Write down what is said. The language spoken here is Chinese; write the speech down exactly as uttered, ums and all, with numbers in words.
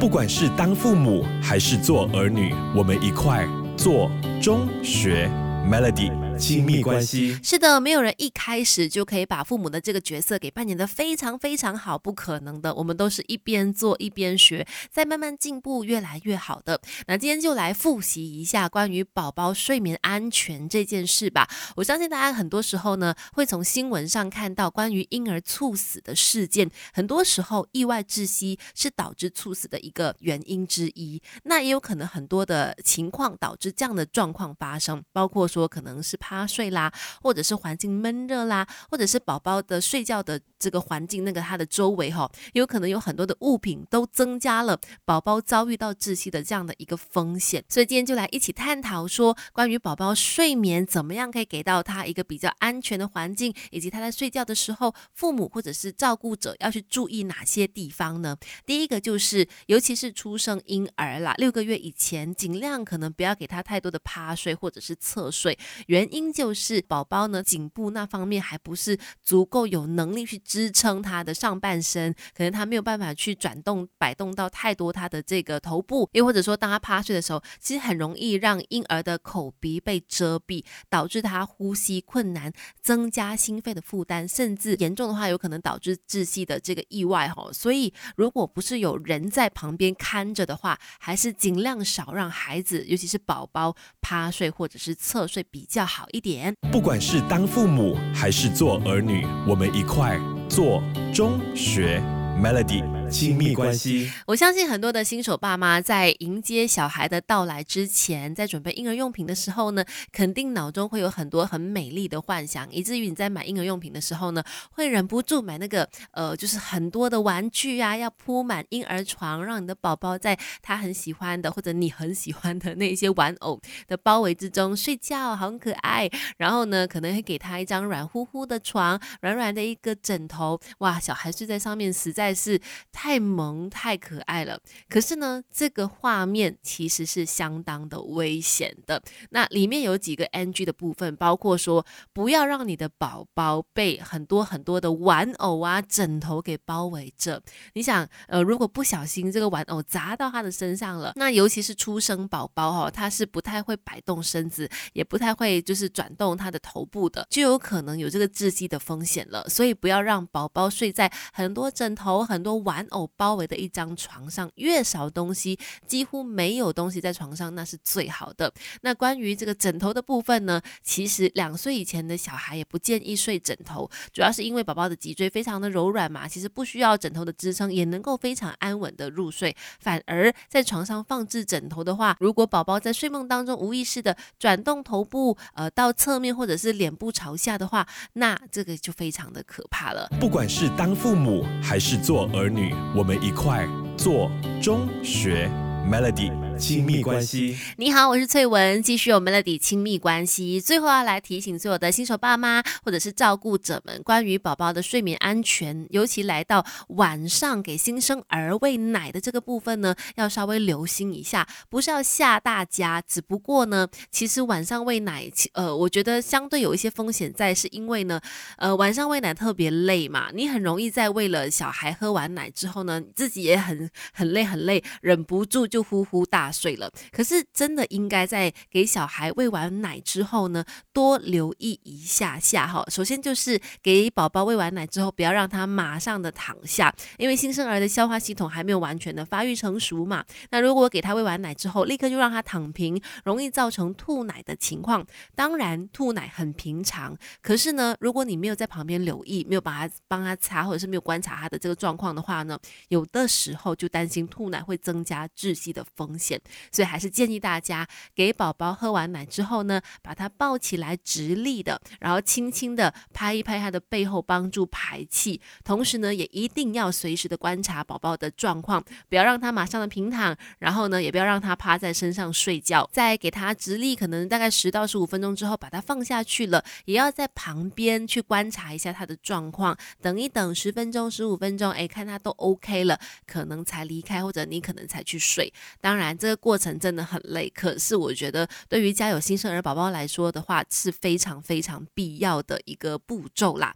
不管是当父母还是做儿女，我们一块做中学 Melody 亲密关系。 是的，没有人一开始就可以把父母的这个角色给扮演得非常非常好，不可能的。我们都是一边做一边学，再慢慢进步，越来越好的。那今天就来复习一下关于宝宝睡眠安全这件事吧。我相信大家很多时候呢，会从新闻上看到关于婴儿猝死的事件，很多时候意外窒息是导致猝死的一个原因之一。那也有可能很多的情况导致这样的状况发生，包括说可能是趴睡啦，或者是环境闷热啦，或者是宝宝的睡觉的这个环境，那个它的周围哈、哦，有可能有很多的物品都增加了宝宝遭遇到窒息的这样的一个风险。所以今天就来一起探讨说，关于宝宝睡眠怎么样可以给到他一个比较安全的环境，以及他在睡觉的时候，父母或者是照顾者要去注意哪些地方呢？第一个就是，尤其是出生婴儿啦，六个月以前，尽量可能不要给他太多的趴睡或者是侧睡，原因就是宝宝呢颈部那方面还不是足够有能力去支撑他的上半身，可能他没有办法去转动摆动到太多他的这个头部，又或者说当他趴睡的时候，其实很容易让婴儿的口鼻被遮蔽，导致他呼吸困难，增加心肺的负担，甚至严重的话有可能导致窒息的这个意外。所以如果不是有人在旁边看着的话，还是尽量少让孩子，尤其是宝宝趴睡或者是侧睡比较好一点。 不管是当父母还是做儿女，我们一块做中学 Melody 亲密关系。 我相信很多的新手爸妈在迎接小孩的到来之前，在准备婴儿用品的时候呢，肯定脑中会有很多很美丽的幻想，以至于你在买婴儿用品的时候呢，会忍不住买那个呃，就是很多的玩具啊，要铺满婴儿床，让你的宝宝在他很喜欢的或者你很喜欢的那些玩偶的包围之中睡觉，好可爱。然后呢，可能会给他一张软乎乎的床，软软的一个枕头，哇，小孩睡在上面实在是太萌太可爱了。可是呢，这个画面其实是相当的危险的。那里面有几个 N G 的部分，包括说不要让你的宝宝被很多很多的玩偶啊枕头给包围着。你想呃，如果不小心这个玩偶砸到他的身上了，那尤其是出生宝宝哦，他是不太会摆动身子，也不太会就是转动他的头部的，就有可能有这个窒息的风险了。所以不要让宝宝睡在很多枕头很多玩偶包围的一张床上，越少东西，几乎没有东西在床上，那是最好的。那关于这个枕头的部分呢，其实两岁以前的小孩也不建议睡枕头，主要是因为宝宝的脊椎非常的柔软嘛，其实不需要枕头的支撑，也能够非常安稳的入睡。反而在床上放置枕头的话，如果宝宝在睡梦当中无意识的转动头部呃到侧面或者是脸部朝下的话，那这个就非常的可怕了。 不管是当父母还是做儿女，我们一块做中学 Melody 亲密关系。 你好，我是翠文，继续有 Melody 亲密关系。最后要来提醒所有的新手爸妈或者是照顾者们，关于宝宝的睡眠安全，尤其来到晚上给新生儿喂奶的这个部分呢，要稍微留心一下。不是要吓大家，只不过呢，其实晚上喂奶，呃，我觉得相对有一些风险在，是因为呢，呃，晚上喂奶特别累嘛，你很容易在喂了小孩喝完奶之后呢，自己也很很累很累，忍不住就呼呼大睡了。可是真的应该在给小孩喂完奶之后呢，多留意一下下哈。首先就是给宝宝喂完奶之后，不要让他马上的躺下，因为新生儿的消化系统还没有完全的发育成熟嘛。那如果给他喂完奶之后，立刻就让他躺平，容易造成吐奶的情况。当然，吐奶很平常，可是呢，如果你没有在旁边留意，没有把他帮他擦，或者是没有观察他的这个状况的话呢，有的时候就担心吐奶会增加窒息的风险。所以还是建议大家给宝宝喝完奶之后呢，把他抱起来直立的，然后轻轻的拍一拍他的背后，帮助排气。同时呢，也一定要随时的观察宝宝的状况，不要让他马上的平躺，然后呢，也不要让他趴在身上睡觉。再给他直立，可能大概十到十五分钟之后，把他放下去了，也要在旁边去观察一下他的状况，等一等十分钟、十五分钟，哎，看他都 OK 了，可能才离开，或者你可能才去睡。当然，这个过程真的很累，可是我觉得对于家有新生儿宝宝来说的话，是非常非常必要的一个步骤啦。